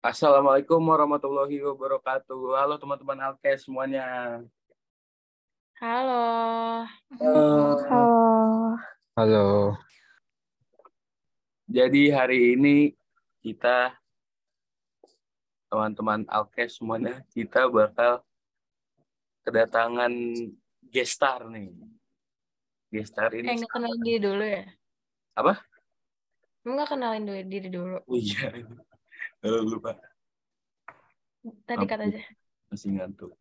Assalamualaikum warahmatullahi wabarakatuh. Halo teman-teman Alkes semuanya. Halo, Eh, Halo, Halo, jadi hari ini kita teman-teman Alkes semuanya kita bakal kedatangan gestar nih. Gestar ini nggak kenalin diri dulu ya? apa? Nggak kenalin diri dulu. Oh iya, lupa. Tadi kata aja. Masih ngantuk.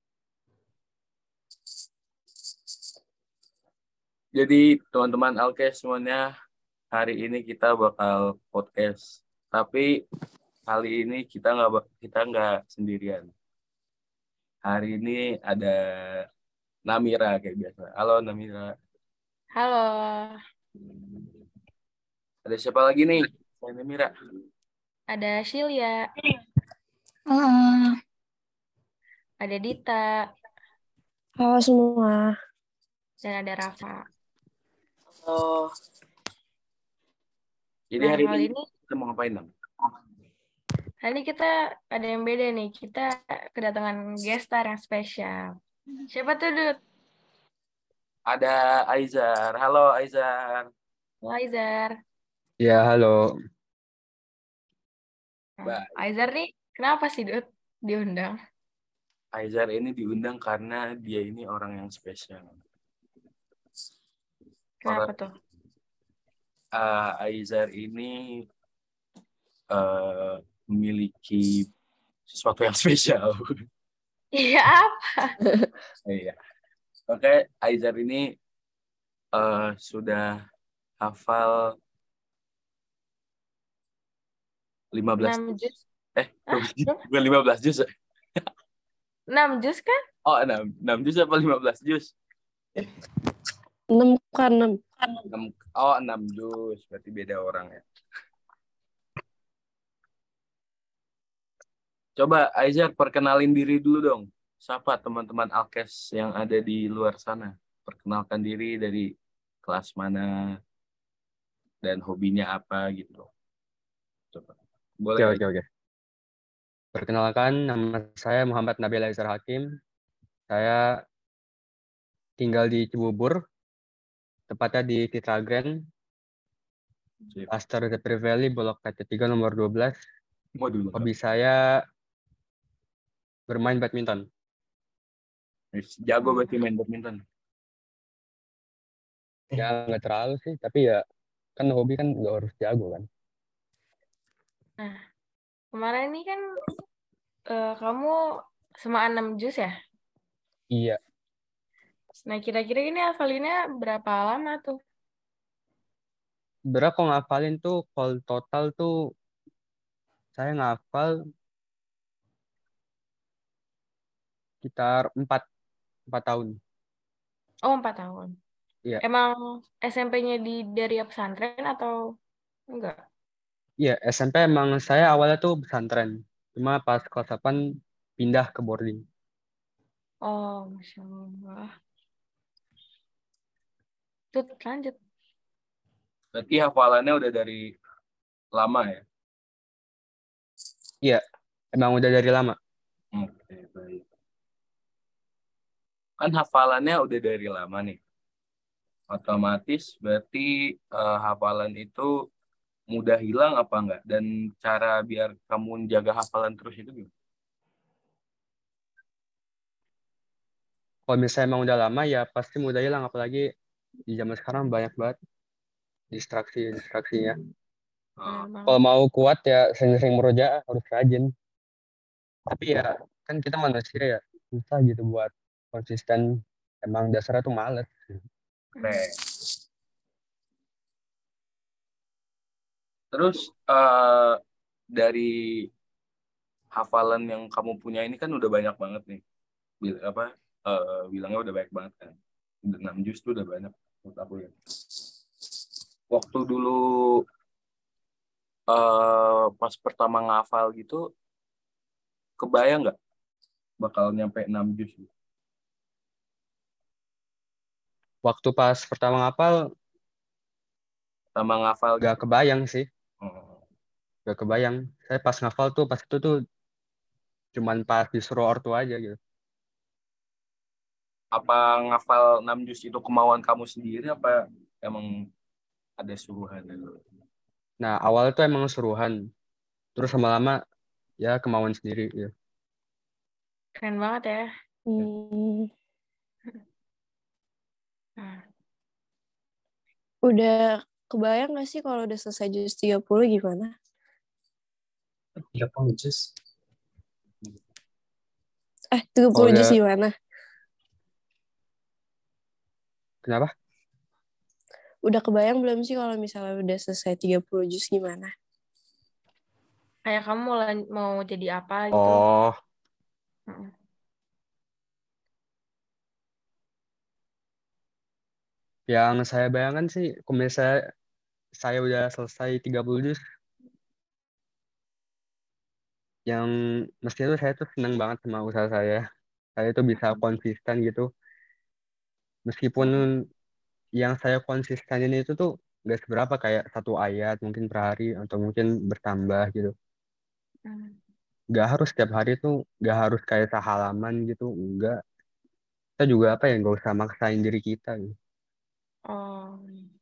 Jadi teman-teman Alkes semuanya hari ini kita bakal podcast. Tapi kali ini kita nggak sendirian. Hari ini ada Namira kayak biasa. Halo Namira. Halo, Ada siapa lagi nih? Saya Namira. ada Shilia, halo, ada Dita, halo semua. dan ada Rafa. Oh. Jadi Nah, hari kali ini ini kita mau ngapain, Nam? kita ada yang beda nih. Kita kedatangan guest star yang spesial. Siapa tuh, Dut? Ada Aizar. Halo Aizar. Aizar. ya halo. Nah, Aizar nih, kenapa sih, Dut, diundang? Aizar ini diundang karena dia ini orang yang spesial. Kenapa tuh? Aizar ini memiliki sesuatu yang spesial. Iya, apa? Iya. Oke, Aizar ini sudah hafal 15 6 juz. bukan 15 juz. 6 juz kan? Oh, 6 juz apa 15 juz? 6 kan 6. 6 juz, berarti beda orang ya. Coba Aizar perkenalin diri dulu dong. Siapa teman-teman Alkes yang ada di luar sana? Perkenalkan diri dari kelas mana dan hobinya apa gitu. Coba. Boleh. Oke. Perkenalkan, nama saya Muhammad Nabil Aizar Hakim. Saya tinggal di Cibubur, tepatnya di Citra Grand, Sip. Astor River Valley, Blok KT3 nomor 12. Waduh. Hobi saya bermain badminton. Jago berarti main badminton. Ya, nggak terlalu sih, tapi ya kan hobi kan nggak harus jago kan. Nah, kemarin ini kan kamu sama 6 juz ya? Iya, Nah, kira-kira ini hafalinnya berapa lama tuh? berapa kok ngafalin tuh, kalau total tuh saya ngafal sekitar 4 tahun. Oh, 4 tahun. Iya, Emang SMP-nya dari pesantren atau enggak? iya, SMP emang saya awalnya tuh pesantren. Cuma pas kelas 8 pindah ke boarding. Oh, Masya Allah. Tuh, lanjut. Berarti hafalannya udah dari lama ya? Iya, emang udah dari lama. Oke, baik. Kan hafalannya udah dari lama nih. Otomatis berarti hafalan itu mudah hilang apa enggak? Dan cara biar kamu jaga hafalan terus itu gimana? Kalau misalnya emang udah lama ya pasti mudah hilang. Apalagi di zaman sekarang banyak banget distraksinya. Benar Oh, Kalau banget. mau kuat ya sering-sering meroja harus rajin. Tapi ya kan kita manusia ya susah gitu buat konsisten. Emang dasarnya tuh males. keren. Terus eh, dari hafalan yang kamu punya ini kan udah banyak banget nih. Bilangnya udah banyak banget kan. Udah 6 juz tuh udah banyak menurut aku ya. Waktu dulu pas pertama ngafal gitu, kebayang nggak bakal nyampe 6 juz gitu? Waktu pas pertama ngapal Pertama ngafal gak gitu. kebayang sih. Oh. Gak kebayang. Saya pas ngafal tuh pas itu tuh cuman pas disuruh ortu aja gitu. Apa ngafal 6 juz itu kemauan kamu sendiri apa emang ada suruhan? Nah awal tuh emang suruhan, terus lama-lama ya kemauan sendiri gitu. Keren banget ya. Hmm, Nah, udah kebayang gak sih kalau udah selesai jus 30 gimana? 30 juz. 30 Kalau jus udah gimana? kenapa? Udah kebayang belum sih kalau misalnya udah selesai 30 jus gimana? kayak kamu mau jadi apa gitu. Oh, Mm-mm. yang saya bayangkan sih, kalau misalnya saya udah selesai 30 juz, yang mestinya tuh saya tuh seneng banget sama usaha saya. Saya tuh bisa konsisten gitu. Meskipun Mm-mm. yang saya konsistenin itu tuh gak seberapa kayak satu ayat mungkin per hari atau mungkin bertambah gitu. Mm. Gak harus setiap hari tuh, gak harus kayak sehalaman gitu. Enggak. Kita juga apa ya, gak usah maksain diri kita gitu. Oh,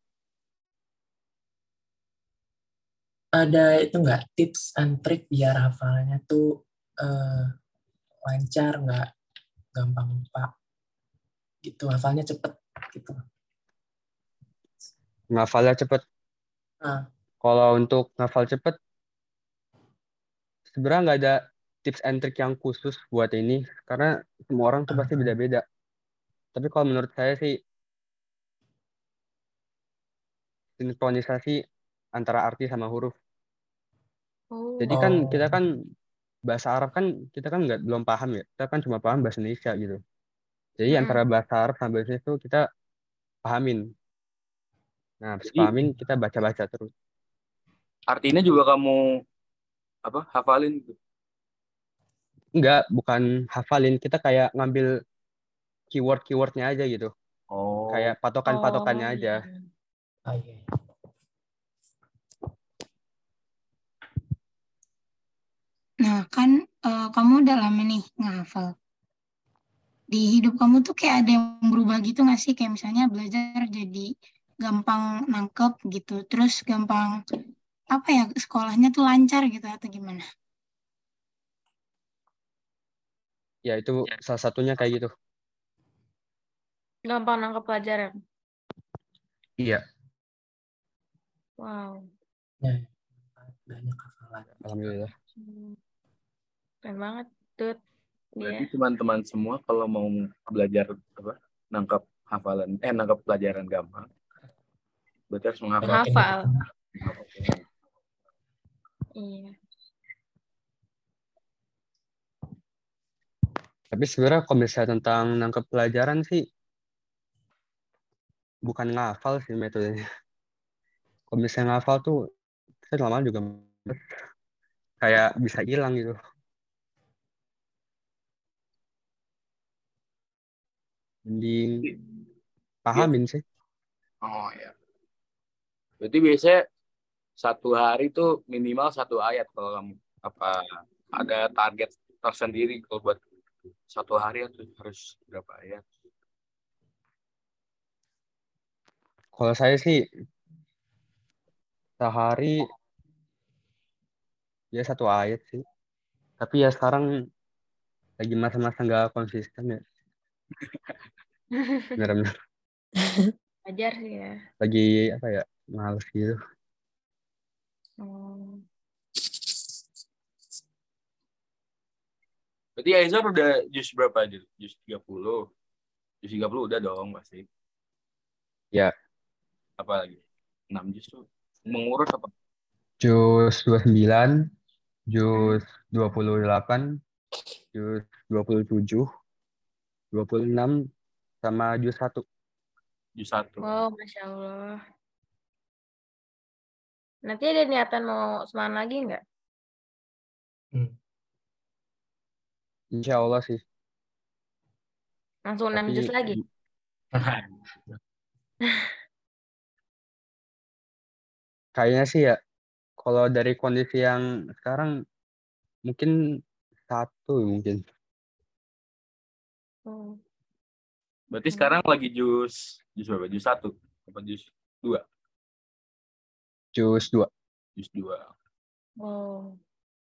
Ada itu nggak tips and trick biar hafalnya tuh eh, lancar, nggak gampang lupa gitu, hafalnya cepet gitu. Ngafalnya cepet. Ah, Kalau untuk ngafal cepet, sebenarnya nggak ada tips and trick yang khusus buat ini. Karena semua orang tuh pasti ah, beda-beda. Tapi kalau menurut saya sih, sinkronisasi antara arti sama huruf. Jadi oh, kan kita oh, kan bahasa Arab kan kita kan nggak belum paham ya. Kita kan cuma paham bahasa Indonesia gitu. Jadi antara Mm-mm. bahasa Arab sama bahasa Indonesia itu kita pahamin. Nah, habis Jadi pahamin kita baca-baca terus. artinya juga kamu apa hafalin gitu. Enggak, bukan hafalin. Kita kayak ngambil keyword-keywordnya aja gitu. Kayak Oh, patokan-patokannya Oh, aja. iya. ah, iya. Nah, kan kamu udah lama nih ngehafal. Di hidup kamu tuh kayak ada yang berubah gitu nggak sih? Kayak misalnya belajar jadi gampang nangkep gitu. Terus gampang, apa ya, sekolahnya tuh lancar gitu atau gimana? Ya itu salah satunya kayak gitu. Gampang nangkep pelajaran. Iya, Wow. Nah, banyak hafalan. alhamdulillah. Hmm, Keren banget, Tut. Dia. berarti teman-teman semua kalau mau belajar apa nangkap hafalan nangkap pelajaran gampang berarti harus menghafal. Banyakin Menghafal. itu. Iya. Tapi sebenarnya kalau misalnya tentang nangkep pelajaran sih bukan ngafal sih metodenya. Kalau misalnya ngafal tuh saya lama juga kayak bisa hilang gitu. Mending Iya. pahamin sih. Oh ya. Berarti biasanya satu hari tuh minimal satu ayat kalau kamu apa ada target tersendiri kalau buat satu hari itu harus berapa ayat? Kalau saya sih sehari ya satu ayat sih. Tapi ya sekarang lagi masa-masa nggak konsisten ya. Bener-bener Ajar sih ya. lagi apa ya males gitu. Oh. Berarti Aizar udah jus berapa aja? Jus 30. Jus 30 udah dong pasti. Ya, Apa lagi? 6 jus tuh mengurus apa? jus 29, Hmm. jus 28, jus 27, 26, sama jus 1. Jus 1. Wow, Masya Allah. Nanti ada niatan mau semangat lagi nggak? Hmm. Insya Allah sih. Langsung 6 Tapi juz lagi? kayaknya sih ya kalau dari kondisi yang sekarang mungkin 1 mungkin. Oh. Berarti sekarang lagi jus berapa? Jus 1 apa jus 2? Jus 2. Jus 2. Oh.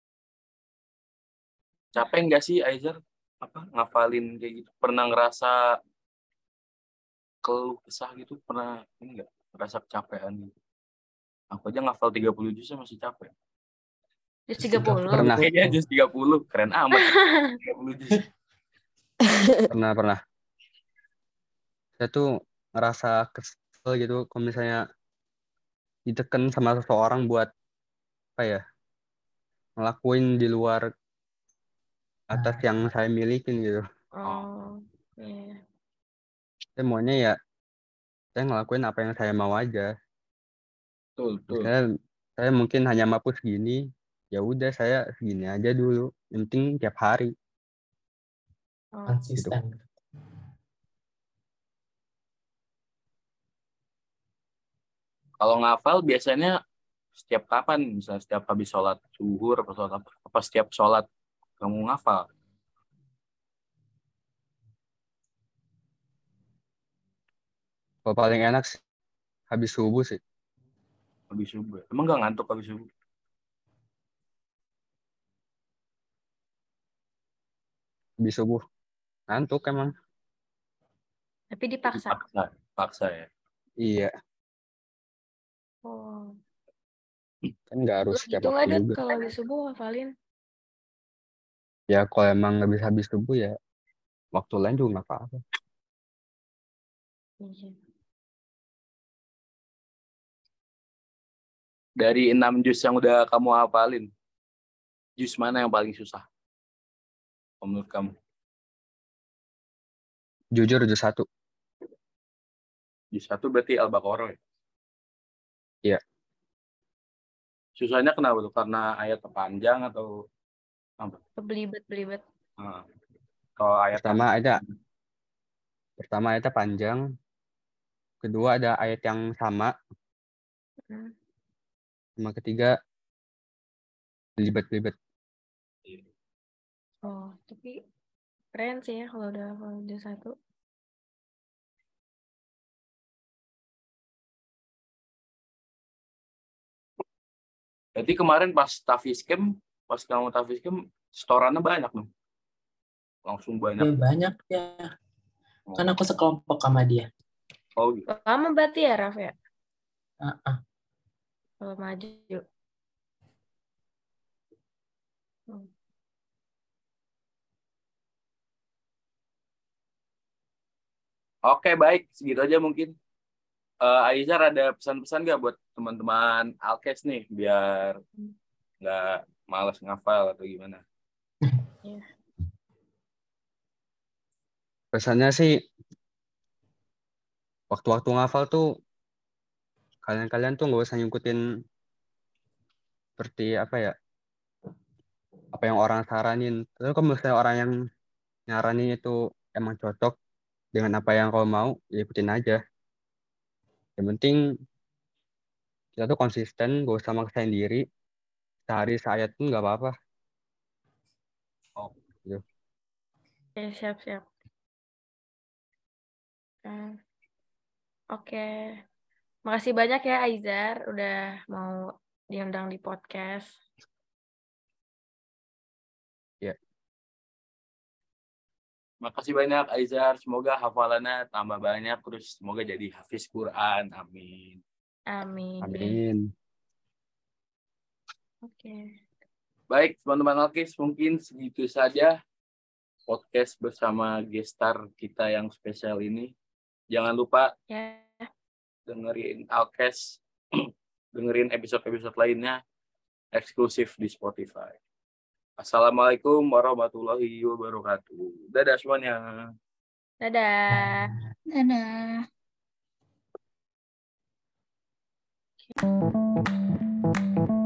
Capek nggak sih Aizer ngafalin kayak gitu? Pernah ngerasa keluh kesah gitu? Pernah ini nggak? Ngerasa kecapean gitu? Aku aja ngafal 30 jus masih capek. Jus Jus 30. Pernah. Iya, jus 30. Keren amat. 30 jus. Pernah. Saya tuh ngerasa kesel gitu kalau misalnya ditekan sama seseorang buat apa ya, ngelakuin di luar atas yang saya milikin gitu. Oh. Iya. Saya maunya ya saya ngelakuin apa yang saya mau aja. Betul. Misalnya saya mungkin hanya mampu segini, ya udah saya segini aja dulu. Yang penting tiap hari. Oh. Konsisten. Kalau ngafal biasanya setiap kapan? Misalnya setiap habis sholat zuhur atau sholat apa? Apa setiap sholat kamu ngafal? Kalau paling enak sih habis subuh sih. Habis subuh. Emang nggak ngantuk habis subuh? Habis subuh ngantuk emang. Tapi dipaksa. Paksa ya. Iya, Oh. kan nggak Lu harus setiap gitu nggak, waktu Dut, juga. kalau habis subuh hafalin? Ya kalau emang nggak bisa habis subuh ya waktu lain juga nggak apa-apa. Iya. Dari 6 jus yang udah kamu hafalin, jus mana yang paling susah menurut kamu? Jujur jus 1. Jus 1 berarti Al-Baqarah ya? Iya. Susahnya kenapa tuh? Karena ayat panjang atau apa? Belibet. Nah, kalau ayat Pertama ayatnya panjang, kedua ada ayat yang sama, sama ketiga belibet-belibet. Oh, tapi keren sih ya kalau udah hafal jus 1. Berarti kemarin pas kamu Tafiskem, setorannya banyak dong. Langsung banyak. Ya banyak ya. Kan aku sekelompok sama dia. Oh gitu. Lama berarti ya, Raf ya? Kalau maju. Oke, baik. Segitu aja mungkin. Aizar ada pesan-pesan nggak buat teman-teman Alkes nih biar nggak malas ngafal atau gimana? Pesannya sih waktu-waktu ngafal tuh kalian tuh nggak usah ngikutin seperti apa ya, apa yang orang saranin. Terus kalau misalnya orang yang nyaranin itu emang cocok dengan apa yang kau mau, ya ikutin aja. Yang penting kita tuh konsisten, gak usah maksain diri. Sehari seayat pun nggak apa-apa. Oh. Gitu. Oke, siap. Oke. Makasih banyak ya Aizar udah mau diundang di podcast. Ya. Makasih banyak Aizar. Semoga hafalannya tambah banyak terus semoga jadi hafiz Quran. Amin. Amin. Oke. Baik, teman-teman Alkes, mungkin segitu saja podcast bersama gestar kita yang spesial ini. Jangan lupa dengerin Alkes, dengerin episode-episode lainnya eksklusif di Spotify. Assalamualaikum warahmatullahi wabarakatuh. Dadah semuanya. Dadah.